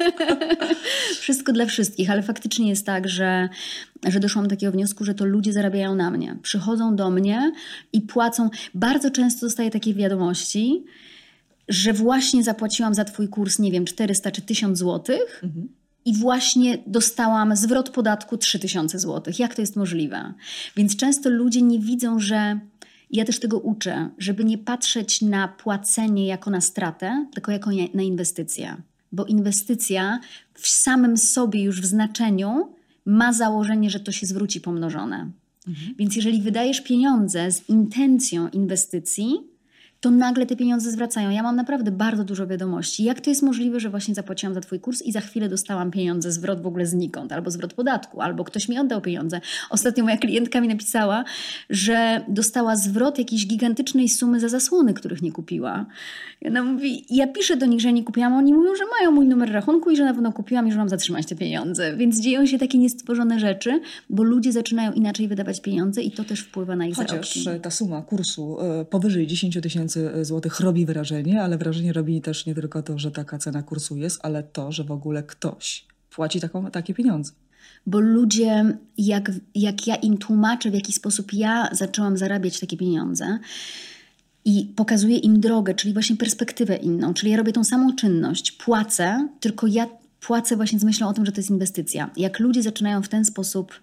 Wszystko dla wszystkich, ale faktycznie jest tak, że doszłam do takiego wniosku, że to ludzie zarabiają na mnie. Przychodzą do mnie i płacą. Bardzo często dostaję takie wiadomości, że właśnie zapłaciłam za twój kurs, nie wiem, 400 czy 1000 złotych i właśnie dostałam zwrot podatku 3000 złotych. Jak to jest możliwe? Więc często ludzie nie widzą, że ja też tego uczę, żeby nie patrzeć na płacenie jako na stratę, tylko jako na inwestycję. Bo inwestycja w samym sobie już w znaczeniu ma założenie, że to się zwróci pomnożone. Więc jeżeli wydajesz pieniądze z intencją inwestycji, to nagle te pieniądze zwracają. Ja mam naprawdę bardzo dużo wiadomości. Jak to jest możliwe, że właśnie zapłaciłam za twój kurs i za chwilę dostałam pieniądze, zwrot w ogóle znikąd, albo zwrot podatku, albo ktoś mi oddał pieniądze. Ostatnio moja klientka mi napisała, że dostała zwrot jakiejś gigantycznej sumy za zasłony, których nie kupiła. I ona mówi, ja piszę do nich, że nie kupiłam, a oni mówią, że mają mój numer rachunku i że na pewno kupiłam i że mam zatrzymać te pieniądze. Więc dzieją się takie niestworzone rzeczy, bo ludzie zaczynają inaczej wydawać pieniądze i to też wpływa na ich zarobki. Chociaż ta suma kursu powyżej 10 000 złotych robi wrażenie, ale wrażenie robi też nie tylko to, że taka cena kursu jest, ale to, że w ogóle ktoś płaci takie pieniądze. Bo ludzie, jak ja im tłumaczę, w jaki sposób ja zaczęłam zarabiać takie pieniądze i pokazuję im drogę, czyli właśnie perspektywę inną, czyli ja robię tą samą czynność, płacę, tylko ja płacę właśnie z myślą o tym, że to jest inwestycja. Jak ludzie zaczynają w ten sposób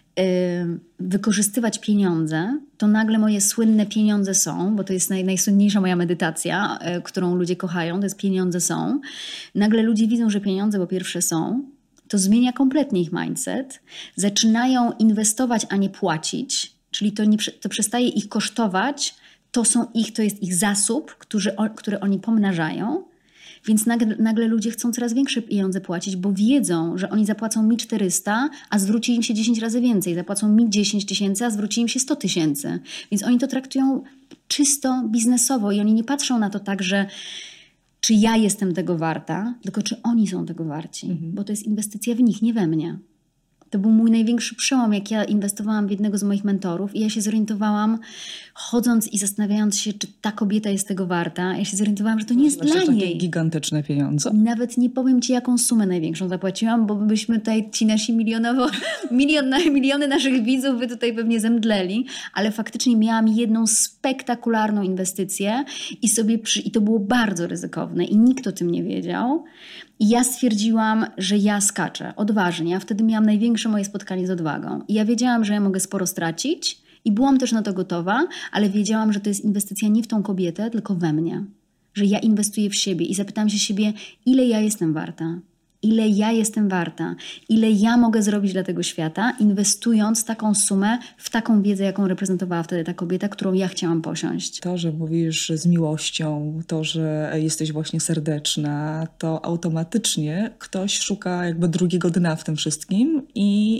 wykorzystywać pieniądze, to nagle moje słynne pieniądze są, bo to jest najsłynniejsza moja medytacja, którą ludzie kochają, to jest pieniądze są. Nagle ludzie widzą, że pieniądze po pierwsze są, to zmienia kompletnie ich mindset, zaczynają inwestować, a nie płacić, czyli to przestaje ich kosztować, to jest ich zasób, który oni pomnażają. Więc nagle ludzie chcą coraz większe pieniądze płacić, bo wiedzą, że oni zapłacą mi 400, a zwróci im się 10 razy więcej. Zapłacą mi 10 000, a zwróci im się 100 000. Więc oni to traktują czysto biznesowo i oni nie patrzą na to tak, że czy ja jestem tego warta, tylko czy oni są tego warci. Bo to jest inwestycja w nich, nie we mnie. To był mój największy przełom, jak ja inwestowałam w jednego z moich mentorów i ja się zorientowałam, chodząc i zastanawiając się, czy ta kobieta jest tego warta, ja się zorientowałam, że to nie jest dla takie niej. Gigantyczne pieniądze. Nawet nie powiem ci, jaką sumę największą zapłaciłam, bo byśmy tutaj ci nasi miliony naszych widzów by tutaj pewnie zemdleli, ale faktycznie miałam jedną spektakularną inwestycję i to było bardzo ryzykowne i nikt o tym nie wiedział. I ja stwierdziłam, że ja skaczę odważnie. Ja wtedy miałam największe moje spotkanie z odwagą. I ja wiedziałam, że ja mogę sporo stracić i byłam też na to gotowa, ale wiedziałam, że to jest inwestycja nie w tą kobietę, tylko we mnie. Że ja inwestuję w siebie i zapytałam się siebie, ile ja jestem warta. Ile ja jestem warta, ile ja mogę zrobić dla tego świata, inwestując taką sumę w taką wiedzę, jaką reprezentowała wtedy ta kobieta, którą ja chciałam posiąść. To, że mówisz z miłością, to, że jesteś właśnie serdeczna, to automatycznie ktoś szuka jakby drugiego dna w tym wszystkim i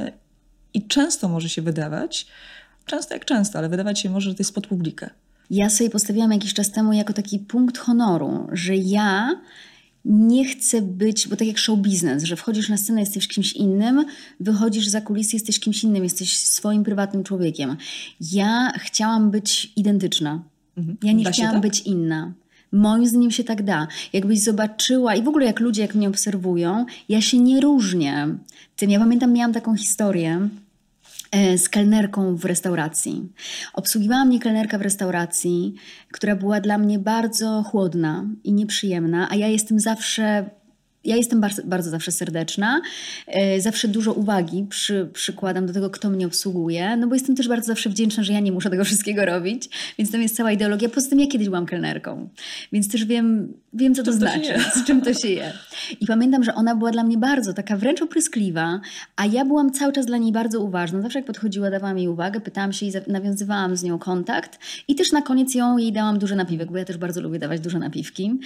często może się wydawać, ale wydawać się może, że to jest pod publikę. Ja sobie postawiłam jakiś czas temu jako taki punkt honoru, że ja nie chcę być, bo tak jak show biznes, że wchodzisz na scenę, jesteś kimś innym, wychodzisz za kulisy, jesteś kimś innym, jesteś swoim prywatnym człowiekiem. Ja chciałam być identyczna. Ja nie chciałam być inna. Moim zdaniem się tak da. Jakbyś zobaczyła i w ogóle jak ludzie, jak mnie obserwują, ja się nie różnię tym. Ja pamiętam, miałam taką historię z kelnerką w restauracji. Obsługiwała mnie kelnerka w restauracji, która była dla mnie bardzo chłodna i nieprzyjemna, a ja jestem bardzo, bardzo zawsze serdeczna. Zawsze dużo uwagi przykładam do tego, kto mnie obsługuje, no bo jestem też bardzo zawsze wdzięczna, że ja nie muszę tego wszystkiego robić, więc tam jest cała ideologia. Poza tym ja kiedyś byłam kelnerką, więc też wiem co to znaczy, z czym to się je. I pamiętam, że ona była dla mnie bardzo taka wręcz opryskliwa, a ja byłam cały czas dla niej bardzo uważna. Zawsze jak podchodziła, dawałam jej uwagę, pytałam się i nawiązywałam z nią kontakt i też na koniec jej dałam duży napiwek, bo ja też bardzo lubię dawać duże napiwki.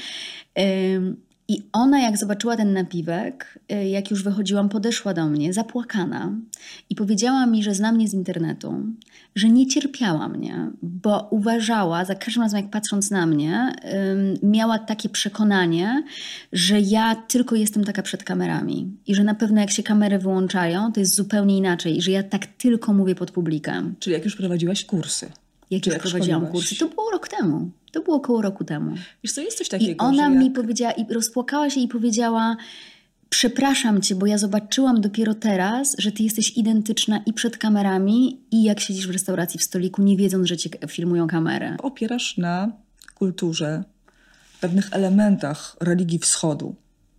I ona, jak zobaczyła ten napiwek, jak już wychodziłam, podeszła do mnie, zapłakana i powiedziała mi, że zna mnie z internetu, że nie cierpiała mnie, bo uważała, za każdym razem jak patrząc na mnie, miała takie przekonanie, że ja tylko jestem taka przed kamerami i że na pewno jak się kamery wyłączają, to jest zupełnie inaczej i że ja tak tylko mówię pod publikę. Czyli jak już prowadziłaś kursy? Jak już prowadziłam kursy, to było rok temu. To było około roku temu. Wiesz co, jest coś takiego, i ona mi powiedziała, i rozpłakała się i powiedziała, przepraszam cię, bo ja zobaczyłam dopiero teraz, że ty jesteś identyczna i przed kamerami i jak siedzisz w restauracji w stoliku, nie wiedząc, że cię filmują kamery. Opierasz na kulturze, pewnych elementach religii wschodu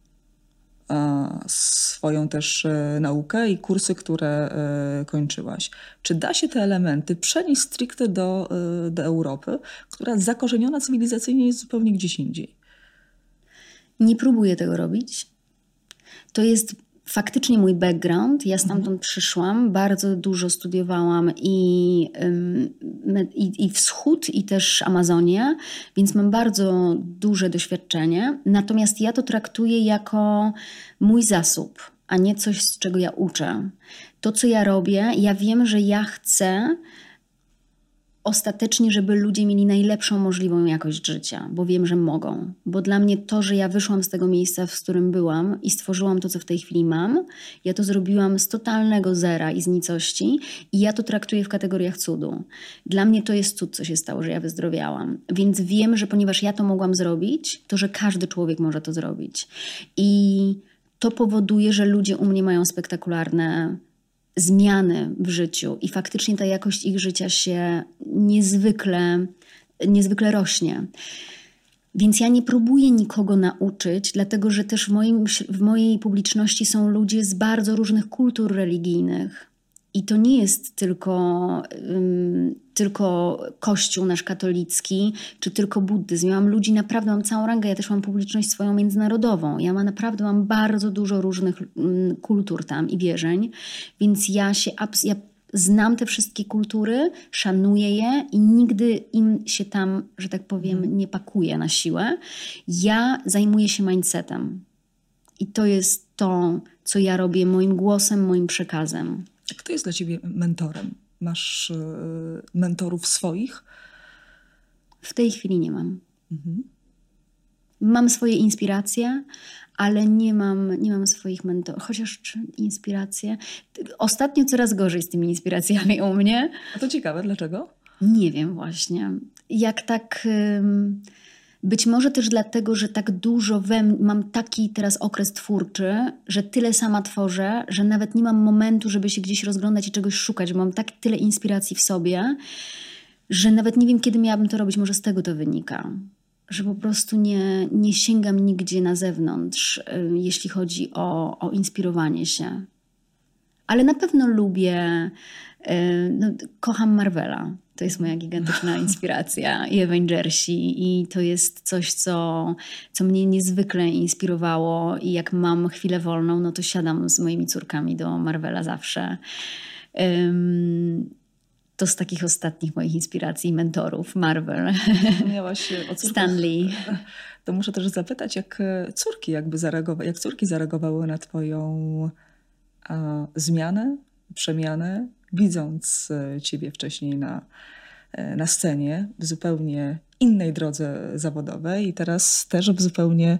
swoją też naukę i kursy, które kończyłaś. Czy da się te elementy przenieść stricte do Europy, która zakorzeniona cywilizacyjnie jest zupełnie gdzieś indziej? Nie próbuję tego robić. To jest faktycznie mój background. Ja stamtąd przyszłam, bardzo dużo studiowałam i wschód, i też Amazonię, więc mam bardzo duże doświadczenie. Natomiast ja to traktuję jako mój zasób, a nie coś, z czego ja uczę. To, co ja robię, ja wiem, że ja chcę ostatecznie, żeby ludzie mieli najlepszą możliwą jakość życia, bo wiem, że mogą. Bo dla mnie to, że ja wyszłam z tego miejsca, w którym byłam i stworzyłam to, co w tej chwili mam, ja to zrobiłam z totalnego zera i z nicości i ja to traktuję w kategoriach cudu. Dla mnie to jest cud, co się stało, że ja wyzdrowiałam. Więc wiem, że ponieważ ja to mogłam zrobić, to że każdy człowiek może to zrobić. I to powoduje, że ludzie u mnie mają spektakularne zmiany w życiu i faktycznie ta jakość ich życia się niezwykle rośnie. Więc ja nie próbuję nikogo nauczyć, dlatego że też w mojej publiczności są ludzie z bardzo różnych kultur religijnych. I to nie jest tylko Kościół nasz katolicki, czy tylko buddyzm. Ja mam ludzi, naprawdę mam całą rangę, ja też mam publiczność swoją międzynarodową. Ja naprawdę mam bardzo dużo różnych kultur tam i wierzeń, więc ja znam te wszystkie kultury, szanuję je i nigdy im się tam, że tak powiem, nie pakuję na siłę. Ja zajmuję się mindsetem. I to jest to, co ja robię moim głosem, moim przekazem. Kto jest dla ciebie mentorem? Masz mentorów swoich? W tej chwili nie mam. mam swoje inspiracje, ale nie mam swoich mentorów. Chociaż czy inspiracje? Ostatnio coraz gorzej z tymi inspiracjami u mnie. A to ciekawe, dlaczego? Nie wiem właśnie. Jak tak... Być może też dlatego, że tak dużo mam taki teraz okres twórczy, że tyle sama tworzę, że nawet nie mam momentu, żeby się gdzieś rozglądać i czegoś szukać. Bo mam tyle inspiracji w sobie, że nawet nie wiem, kiedy miałabym to robić. Może z tego to wynika. Że po prostu nie sięgam nigdzie na zewnątrz, jeśli chodzi o inspirowanie się. Ale na pewno lubię, kocham Marvela. To jest moja gigantyczna inspiracja i Avengersi i to jest coś, co mnie niezwykle inspirowało i jak mam chwilę wolną, no to siadam z moimi córkami do Marvela zawsze. To z takich ostatnich moich inspiracji i mentorów Marvel. Miałaś o córkach. Stan Lee. To muszę też zapytać, jak córki zareagowały na twoją zmianę, przemianę, widząc ciebie wcześniej na scenie w zupełnie innej drodze zawodowej i teraz też w zupełnie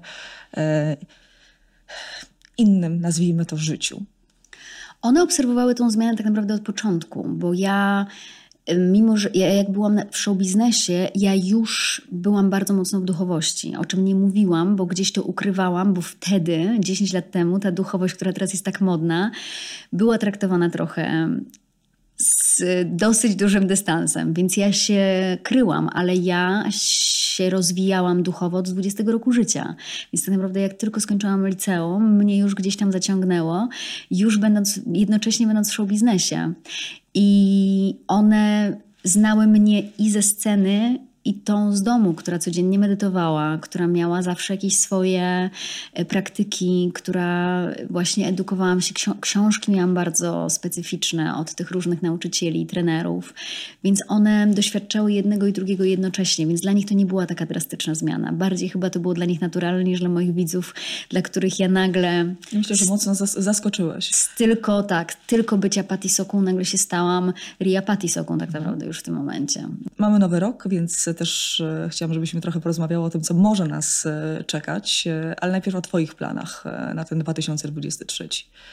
innym, nazwijmy to, życiu. One obserwowały tą zmianę tak naprawdę od początku, bo ja, mimo że jak byłam w showbiznesie, ja już byłam bardzo mocno w duchowości, o czym nie mówiłam, bo gdzieś to ukrywałam, bo wtedy, 10 lat temu, ta duchowość, która teraz jest tak modna, była traktowana trochę z dosyć dużym dystansem, więc ja się kryłam, ale ja się rozwijałam duchowo od 20 roku życia. Więc tak naprawdę jak tylko skończyłam liceum, mnie już gdzieś tam zaciągnęło, już jednocześnie będąc w showbiznesie. I one znały mnie i ze sceny, i tą z domu, która codziennie medytowała, która miała zawsze jakieś swoje praktyki, która właśnie edukowałam się, książki miałam bardzo specyficzne od tych różnych nauczycieli i trenerów, więc one doświadczały jednego i drugiego jednocześnie, więc dla nich to nie była taka drastyczna zmiana. Bardziej chyba to było dla nich naturalne niż dla moich widzów, dla których ja nagle... Myślę, że mocno zaskoczyłaś. Tylko bycia Patty Sokół nagle się stałam Ria Patty Sokół tak naprawdę już w tym momencie. Mamy nowy rok, więc też chciałam, żebyśmy trochę porozmawiały o tym, co może nas czekać, ale najpierw o twoich planach na ten 2023.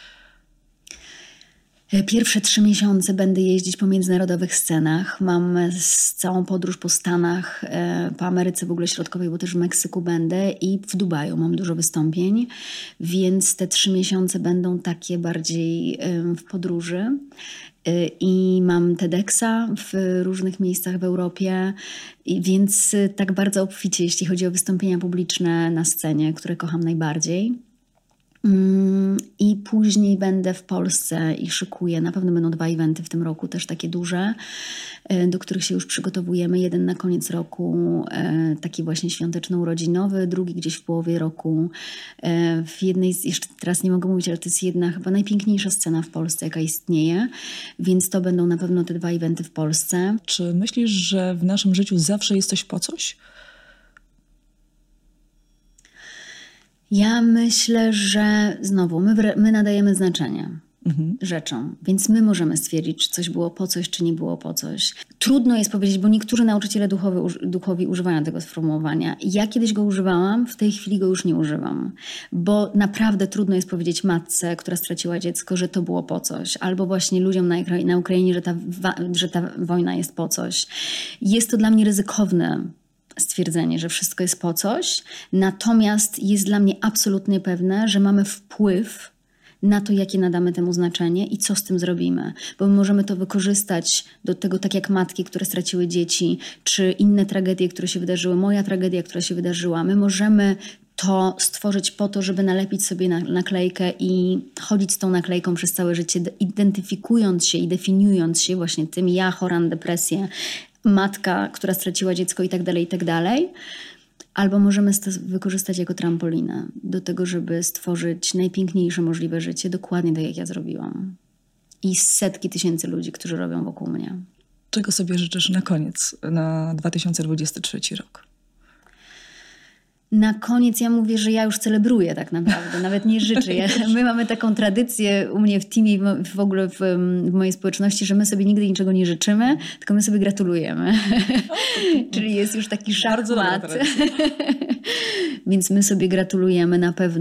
Pierwsze 3 miesiące będę jeździć po międzynarodowych scenach. Mam całą podróż po Stanach, po Ameryce w ogóle Środkowej, bo też w Meksyku będę i w Dubaju mam dużo wystąpień, więc te 3 miesiące będą takie bardziej w podróży. I mam TEDxa w różnych miejscach w Europie, więc tak bardzo obficie, jeśli chodzi o wystąpienia publiczne na scenie, które kocham najbardziej. I później będę w Polsce i szykuję. Na pewno będą 2 eventy w tym roku, też takie duże, do których się już przygotowujemy. Jeden na koniec roku, taki właśnie świąteczno-urodzinowy, drugi gdzieś w połowie roku. W jednej, jeszcze teraz nie mogę mówić, ale to jest jedna chyba najpiękniejsza scena w Polsce, jaka istnieje. Więc to będą na pewno te 2 eventy w Polsce. Czy myślisz, że w naszym życiu zawsze jest coś po coś? Ja myślę, że znowu my nadajemy znaczenie rzeczom, więc my możemy stwierdzić, czy coś było po coś, czy nie było po coś. Trudno jest powiedzieć, bo niektórzy nauczyciele duchowi używają tego sformułowania. Ja kiedyś go używałam, w tej chwili go już nie używam, bo naprawdę trudno jest powiedzieć matce, która straciła dziecko, że to było po coś, albo właśnie ludziom na Ukrainie, że ta wojna jest po coś. Jest to dla mnie ryzykowne stwierdzenie, że wszystko jest po coś, natomiast jest dla mnie absolutnie pewne, że mamy wpływ na to, jakie nadamy temu znaczenie i co z tym zrobimy. Bo my możemy to wykorzystać do tego, tak jak matki, które straciły dzieci, czy inne tragedie, które się wydarzyły, moja tragedia, która się wydarzyła. My możemy to stworzyć po to, żeby nalepić sobie naklejkę i chodzić z tą naklejką przez całe życie, identyfikując się i definiując się właśnie tym: ja chora na depresję, matka, która straciła dziecko i tak dalej. Albo możemy to wykorzystać jako trampolinę do tego, żeby stworzyć najpiękniejsze możliwe życie, dokładnie tak jak ja zrobiłam. I setki tysięcy ludzi, którzy robią wokół mnie. Czego sobie życzysz na koniec, na 2023 rok? Na koniec ja mówię, że ja już celebruję tak naprawdę, nawet nie życzę. My mamy taką tradycję u mnie w teamie, w ogóle w mojej społeczności, że my sobie nigdy niczego nie życzymy, tylko my sobie gratulujemy. Czyli jest już taki szachmat. Więc my sobie gratulujemy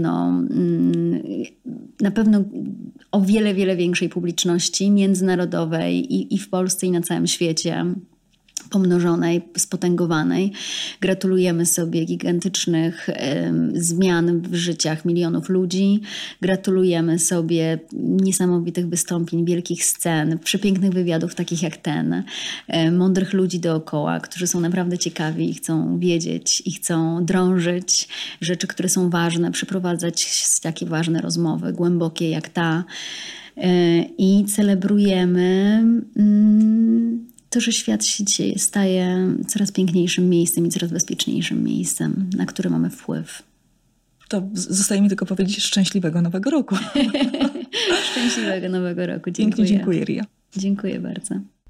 na pewno o wiele, wiele większej publiczności międzynarodowej i w Polsce, i na całym świecie, pomnożonej, spotęgowanej. Gratulujemy sobie gigantycznych zmian w życiach milionów ludzi. Gratulujemy sobie niesamowitych wystąpień, wielkich scen, przepięknych wywiadów takich jak ten. Mądrych ludzi dookoła, którzy są naprawdę ciekawi i chcą wiedzieć i chcą drążyć rzeczy, które są ważne, przeprowadzać takie ważne rozmowy, głębokie jak ta. I celebrujemy to, że świat się dzisiaj staje coraz piękniejszym miejscem i coraz bezpieczniejszym miejscem, na które mamy wpływ. To zostaje mi tylko powiedzieć szczęśliwego Nowego Roku. Szczęśliwego Nowego Roku. Dziękuję. Pięknie dziękuję, Ria. Dziękuję bardzo.